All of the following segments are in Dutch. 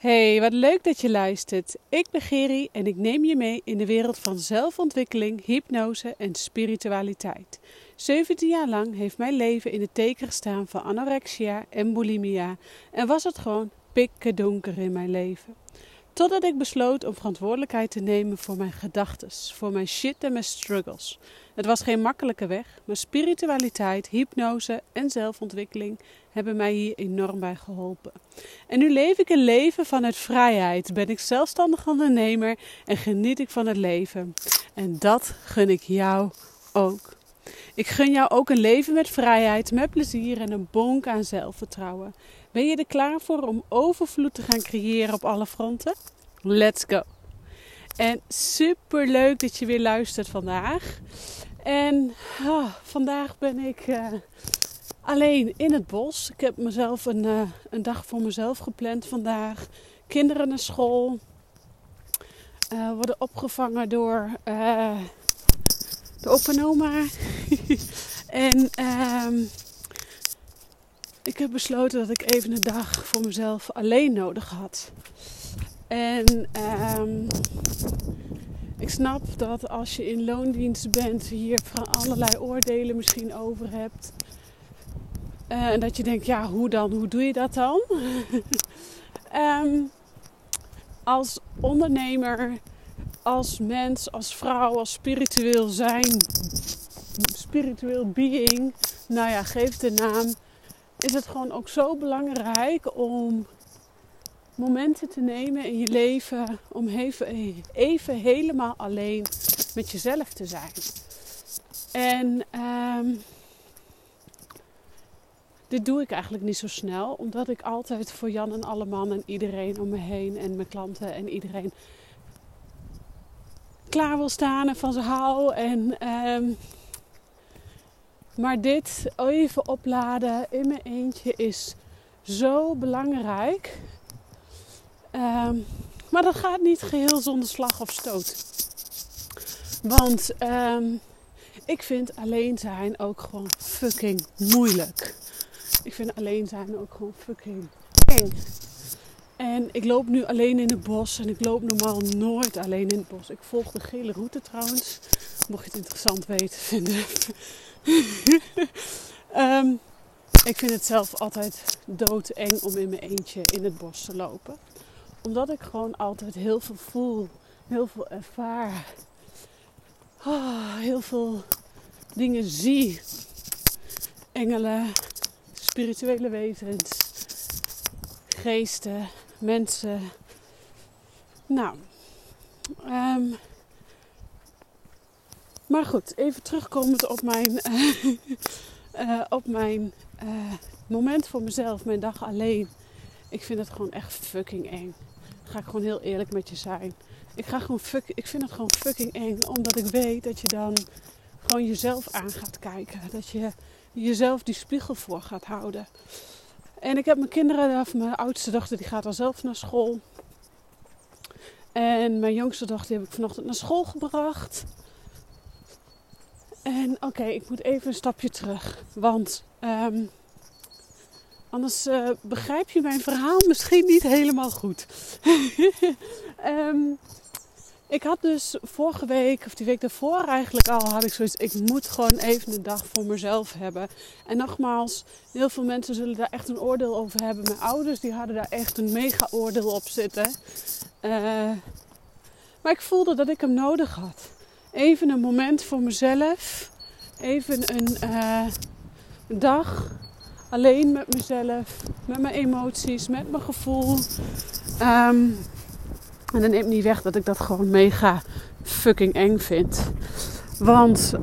Hey, wat leuk dat je luistert. Ik ben Geri en ik neem je mee in de wereld van zelfontwikkeling, hypnose en spiritualiteit. 17 jaar lang heeft mijn leven in het teken gestaan van anorexia en bulimia en was het gewoon pikken donker in mijn leven. Totdat ik besloot om verantwoordelijkheid te nemen voor mijn gedachtes, voor mijn shit en mijn struggles. Het was geen makkelijke weg, maar spiritualiteit, hypnose en zelfontwikkeling hebben mij hier enorm bij geholpen. En nu leef ik een leven vanuit vrijheid, ben ik zelfstandig ondernemer en geniet ik van het leven. En dat gun ik jou ook. Ik gun jou ook een leven met vrijheid, met plezier en een bonk aan zelfvertrouwen. Ben je er klaar voor om overvloed te gaan creëren op alle fronten? Let's go! En super leuk dat je weer luistert vandaag. En vandaag ben ik alleen in het bos. Ik heb mezelf een dag voor mezelf gepland vandaag. Kinderen naar school. Worden opgevangen door de opa en oma. En ik heb besloten dat ik even een dag voor mezelf alleen nodig had. En ik snap dat als je in loondienst bent, je hier allerlei oordelen misschien over hebt. En dat je denkt, ja, hoe dan? Hoe doe je dat dan? Als ondernemer, als mens, als vrouw, als spiritueel zijn, spiritueel being, nou ja, geef de naam, is het gewoon ook zo belangrijk om momenten te nemen in je leven om even helemaal alleen met jezelf te zijn. En dit doe ik eigenlijk niet zo snel, omdat ik altijd voor Jan en Alleman en iedereen om me heen en mijn klanten en iedereen klaar wil staan en van ze hou. Maar dit even opladen in mijn eentje is zo belangrijk. Maar dat gaat niet geheel zonder slag of stoot. Want ik vind alleen zijn ook gewoon fucking moeilijk. Ik vind alleen zijn ook gewoon fucking eng. En ik loop nu alleen in het bos. En ik loop normaal nooit alleen in het bos. Ik volg de gele route trouwens. Mocht je het interessant weten vinden. Ik vind het zelf altijd doodeng om in mijn eentje in het bos te lopen. Omdat ik gewoon altijd heel veel voel. Heel veel ervaar. Heel veel dingen zie. Engelen. Spirituele wezens. Geesten. Mensen. Nou. Maar goed. Even terugkomend op mijn moment voor mezelf. Mijn dag alleen. Ik vind het gewoon echt fucking eng. Ga ik gewoon heel eerlijk met je zijn. Ik vind het gewoon fucking eng. Omdat ik weet dat je dan gewoon jezelf aan gaat kijken. Dat je jezelf die spiegel voor gaat houden. En ik heb mijn kinderen, of mijn oudste dochter, die gaat al zelf naar school. En mijn jongste dochter die heb ik vanochtend naar school gebracht. En oké, ik moet even een stapje terug. Want anders begrijp je mijn verhaal misschien niet helemaal goed. Ik had dus vorige week, of die week daarvoor eigenlijk al, had ik zoiets. Ik moet gewoon even een dag voor mezelf hebben. En nogmaals, heel veel mensen zullen daar echt een oordeel over hebben. Mijn ouders, die hadden daar echt een mega oordeel op zitten. Maar ik voelde dat ik hem nodig had. Even een moment voor mezelf. Even een dag alleen met mezelf. Met mijn emoties, met mijn gevoel. En dat neemt niet weg dat ik dat gewoon mega fucking eng vind. Want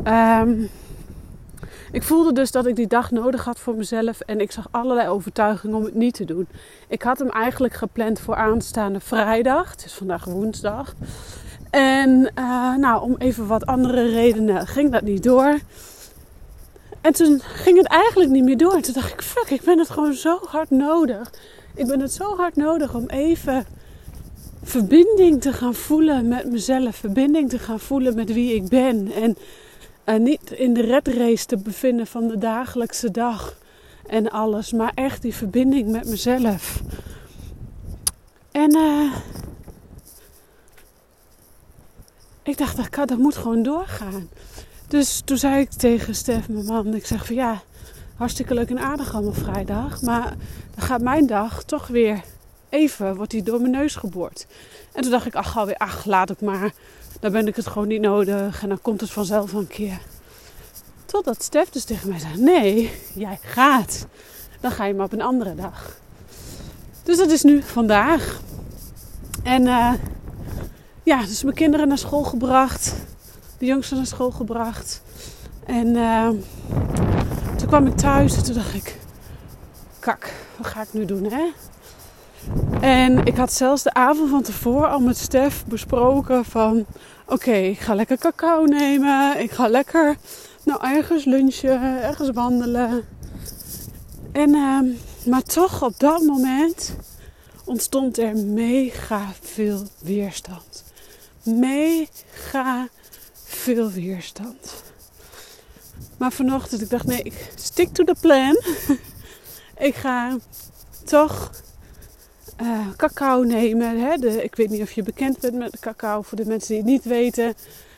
ik voelde dus dat ik die dag nodig had voor mezelf. En ik zag allerlei overtuigingen om het niet te doen. Ik had hem eigenlijk gepland voor aanstaande vrijdag. Het is vandaag woensdag. En om even wat andere redenen ging dat niet door. En toen ging het eigenlijk niet meer door. Toen dacht ik, fuck, ik ben het gewoon zo hard nodig. Ik ben het zo hard nodig om even verbinding te gaan voelen met mezelf. Verbinding te gaan voelen met wie ik ben. En niet in de red race te bevinden van de dagelijkse dag en alles. Maar echt die verbinding met mezelf. En ik dacht, dat moet gewoon doorgaan. Dus toen zei ik tegen Stef, mijn man, ik zeg van ja, hartstikke leuk en aardig allemaal vrijdag. Maar dan gaat mijn dag toch weer even, wordt die door mijn neus geboord. En toen dacht ik, laat ik maar. Dan ben ik het gewoon niet nodig en dan komt het vanzelf een keer. Totdat Stef dus tegen mij zei, nee, jij gaat. Dan ga je maar op een andere dag. Dus dat is nu vandaag. En dus mijn kinderen naar school gebracht. De jongste naar school gebracht. En toen kwam ik thuis en toen dacht ik, kak, wat ga ik nu doen, hè? En ik had zelfs de avond van tevoren al met Stef besproken van, oké, ik ga lekker cacao nemen. Ik ga lekker ergens lunchen, ergens wandelen. En, maar toch op dat moment ontstond er mega veel weerstand. Mega veel weerstand. Maar vanochtend, ik dacht nee, ik stick to the plan. Ik ga toch cacao nemen. Hè? Ik weet niet of je bekend bent met de cacao. Voor de mensen die het niet weten.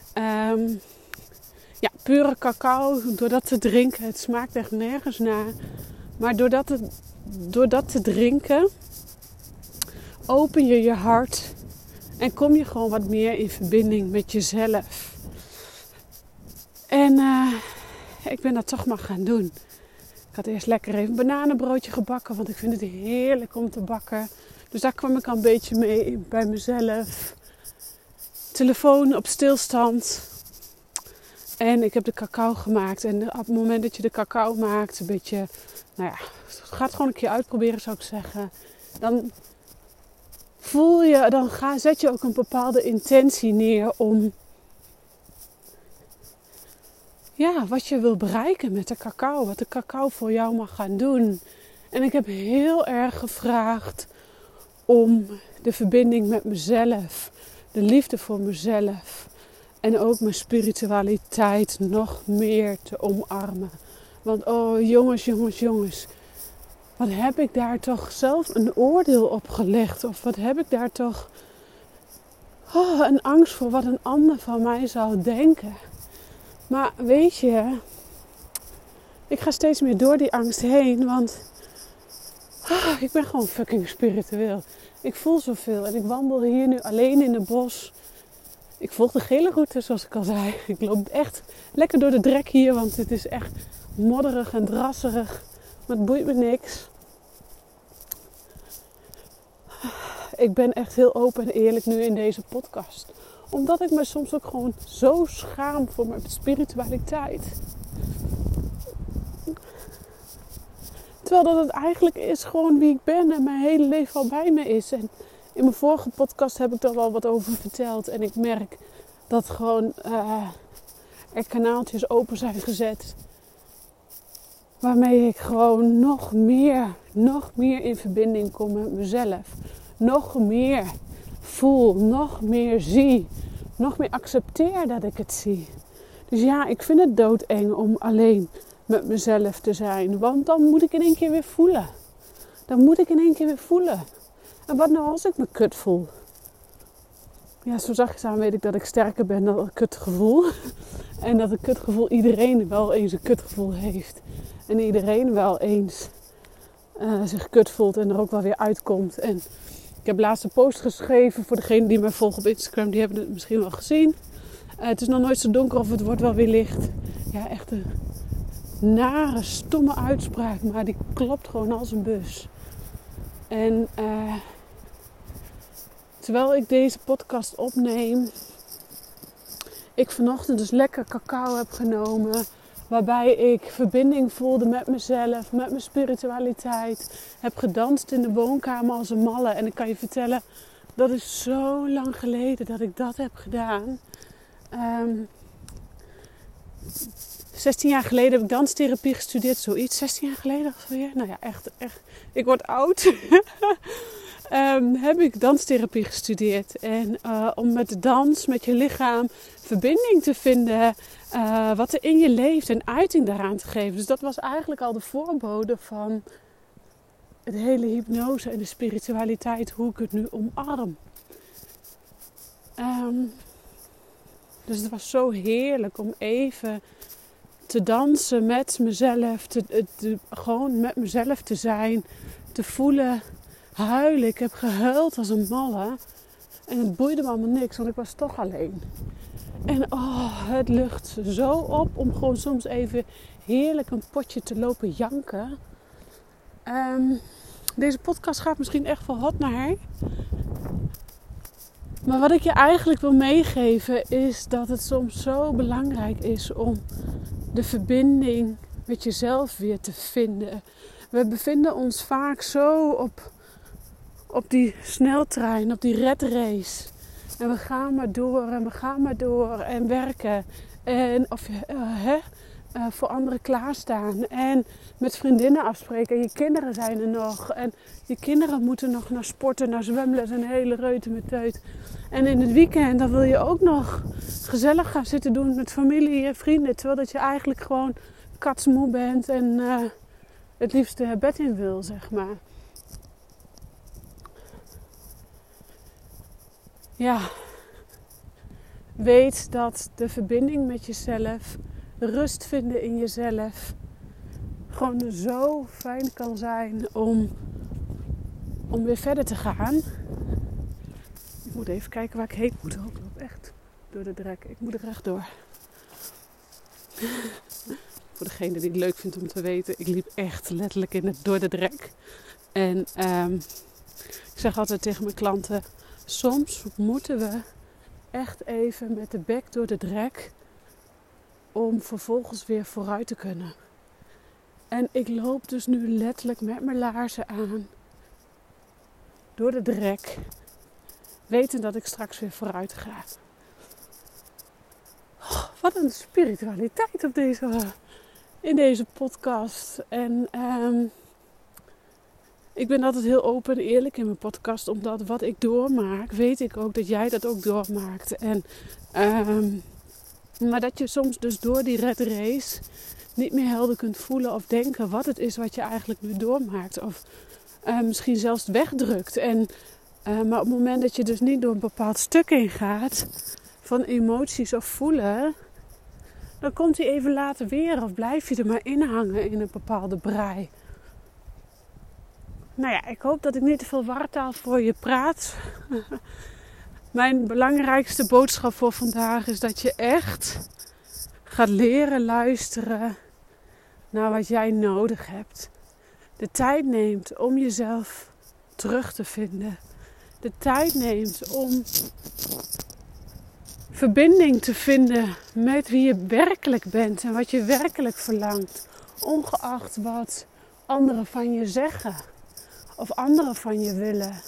Pure cacao. Door dat te drinken. Het smaakt echt nergens naar. Maar door dat te drinken. Open je je hart. En kom je gewoon wat meer in verbinding met jezelf. En ik ben dat toch maar gaan doen. Ik had eerst lekker even een bananenbroodje gebakken. Want ik vind het heerlijk om te bakken. Dus daar kwam ik al een beetje mee bij mezelf. Telefoon op stilstand. En ik heb de cacao gemaakt. En op het moment dat je de cacao maakt, een beetje, ga het gewoon een keer uitproberen zou ik zeggen. Dan zet je ook een bepaalde intentie neer om wat je wil bereiken met de cacao. Wat de cacao voor jou mag gaan doen. En ik heb heel erg gevraagd om de verbinding met mezelf. De liefde voor mezelf. En ook mijn spiritualiteit nog meer te omarmen. Want jongens. Wat heb ik daar toch zelf een oordeel op gelegd? Of wat heb ik daar toch een angst voor wat een ander van mij zou denken? Maar weet je, ik ga steeds meer door die angst heen. Want ik ben gewoon fucking spiritueel. Ik voel zoveel. En ik wandel hier nu alleen in het bos. Ik volg de gele route, zoals ik al zei. Ik loop echt lekker door de drek hier. Want het is echt modderig en drasserig. Maar het boeit me niks. Ik ben echt heel open en eerlijk nu in deze podcast. Omdat ik me soms ook gewoon zo schaam voor mijn spiritualiteit. Terwijl dat het eigenlijk is gewoon wie ik ben en mijn hele leven al bij me is. En in mijn vorige podcast heb ik daar wel wat over verteld. En ik merk dat gewoon er kanaaltjes open zijn gezet. Waarmee ik gewoon nog meer in verbinding kom met mezelf. Nog meer voel, nog meer zie. Nog meer accepteer dat ik het zie. Dus ja, ik vind het doodeng om alleen met mezelf te zijn. Want dan moet ik in één keer weer voelen. En wat nou als ik me kut voel? Ja, zo zachtjes aan weet ik dat ik sterker ben dan het kutgevoel. En dat het kutgevoel iedereen wel eens een kutgevoel heeft. En iedereen wel eens zich kut voelt en er ook wel weer uitkomt. En ik heb laatst een post geschreven voor degenen die mij volgen op Instagram. Die hebben het misschien wel gezien. Het is nog nooit zo donker of het wordt wel weer licht. Ja, echt een nare, stomme uitspraak. Maar die klopt gewoon als een bus. En terwijl ik deze podcast opneem, ik vanochtend dus lekker cacao heb genomen. Waarbij ik verbinding voelde met mezelf, met mijn spiritualiteit. Heb gedanst in de woonkamer als een malle. En ik kan je vertellen, dat is zo lang geleden dat ik dat heb gedaan. 16 jaar geleden heb ik danstherapie gestudeerd, zoiets. 16 jaar geleden of zo weer. Nou ja, echt. Ik word oud. Heb ik danstherapie gestudeerd. En om met de dans, met je lichaam, verbinding te vinden. Wat er in je leeft en uiting daaraan te geven. Dus dat was eigenlijk al de voorbode van het hele hypnose en de spiritualiteit, hoe ik het nu omarm. Dus het was zo heerlijk om even te dansen met mezelf, gewoon met mezelf te zijn, te voelen, huilen. Ik heb gehuild als een malle en het boeide me allemaal niks, want ik was toch alleen. En het lucht zo op om gewoon soms even heerlijk een potje te lopen janken. Deze podcast gaat misschien echt wel hot naar haar. Maar wat ik je eigenlijk wil meegeven is dat het soms zo belangrijk is om de verbinding met jezelf weer te vinden. We bevinden ons vaak zo op die sneltrein, op die red race. En we gaan maar door en we gaan maar door en werken. En voor anderen klaarstaan. En met vriendinnen afspreken. En je kinderen zijn er nog. En je kinderen moeten nog naar sporten, naar zwemles en een hele reute met teut. En in het weekend dan wil je ook nog gezellig gaan zitten doen met familie en vrienden. Terwijl dat je eigenlijk gewoon katsmoe bent en het liefst bed in wil, zeg maar. Ja, weet dat de verbinding met jezelf, rust vinden in jezelf, gewoon zo fijn kan zijn om weer verder te gaan. Ik moet even kijken waar ik heen moet. Ik loop echt door de drek. Ik moet er rechtdoor. Voor degene die het leuk vindt om te weten, ik liep echt letterlijk door de drek. En ik zeg altijd tegen mijn klanten, soms moeten we echt even met de bek door de drek om vervolgens weer vooruit te kunnen. En ik loop dus nu letterlijk met mijn laarzen aan door de drek, weten dat ik straks weer vooruit ga. Wat een spiritualiteit in deze podcast. En ik ben altijd heel open en eerlijk in mijn podcast, omdat wat ik doormaak, weet ik ook dat jij dat ook doormaakt. En maar dat je soms dus door die red race niet meer helder kunt voelen of denken wat het is wat je eigenlijk nu doormaakt. Of misschien zelfs wegdrukt. Maar op het moment dat je dus niet door een bepaald stuk heen gaat van emoties of voelen, dan komt hij even later weer of blijf je er maar in hangen in een bepaalde brei. Nou ja, ik hoop dat ik niet te veel wartaal voor je praat. Mijn belangrijkste boodschap voor vandaag is dat je echt gaat leren luisteren naar wat jij nodig hebt. De tijd neemt om jezelf terug te vinden. De tijd neemt om verbinding te vinden met wie je werkelijk bent en wat je werkelijk verlangt. Ongeacht wat anderen van je zeggen of anderen van je willen.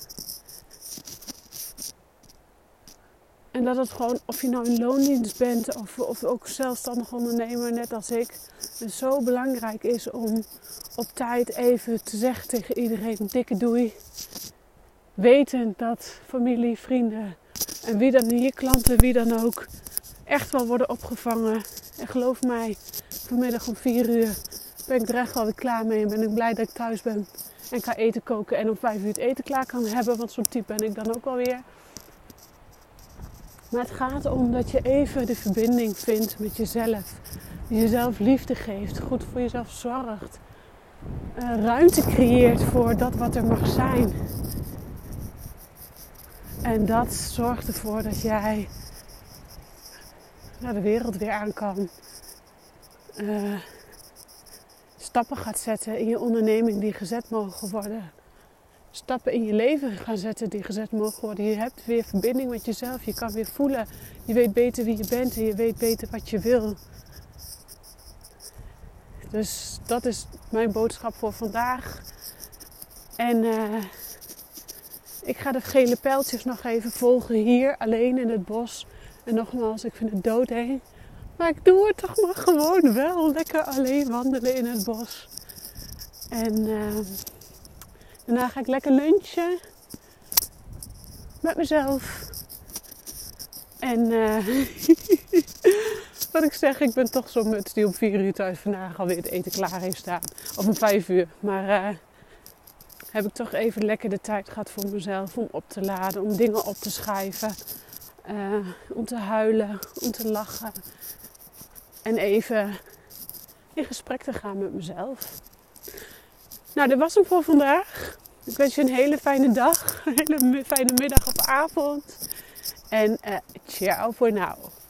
En dat het gewoon, of je nou in loondienst bent of ook zelfstandig ondernemer, net als ik, het zo belangrijk is om op tijd even te zeggen tegen iedereen dikke doei. Wetend dat familie, vrienden en wie dan hier, klanten, wie dan ook, echt wel worden opgevangen. En geloof mij, vanmiddag om 4 uur ben ik er echt wel weer klaar mee en ben ik blij dat ik thuis ben en kan eten koken en om 5 uur het eten klaar kan hebben, want zo'n type ben ik dan ook wel weer. Maar het gaat om dat je even de verbinding vindt met jezelf. Jezelf liefde geeft, goed voor jezelf zorgt. Ruimte creëert voor dat wat er mag zijn. En dat zorgt ervoor dat jij de wereld weer aan kan. Stappen gaat zetten in je onderneming die gezet mogen worden. Stappen in je leven gaan zetten die gezet mogen worden. Je hebt weer verbinding met jezelf. Je kan weer voelen. Je weet beter wie je bent en je weet beter wat je wil. Dus dat is mijn boodschap voor vandaag. En ik ga de gele pijltjes nog even volgen hier alleen in het bos. En nogmaals, ik vind het doodeng. Maar ik doe het toch maar gewoon wel. Lekker alleen wandelen in het bos. En daarna ga ik lekker lunchen. Met mezelf. En wat ik zeg, ik ben toch zo'n muts die om 4 uur thuis vandaag alweer het eten klaar heeft staan. Of om 5 uur. Maar heb ik toch even lekker de tijd gehad voor mezelf. Om op te laden, om dingen op te schrijven. Om te huilen, om te lachen. En even in gesprek te gaan met mezelf. Nou, dit was hem voor vandaag. Ik wens je een hele fijne dag. Een hele fijne middag of avond. En ciao voor nu.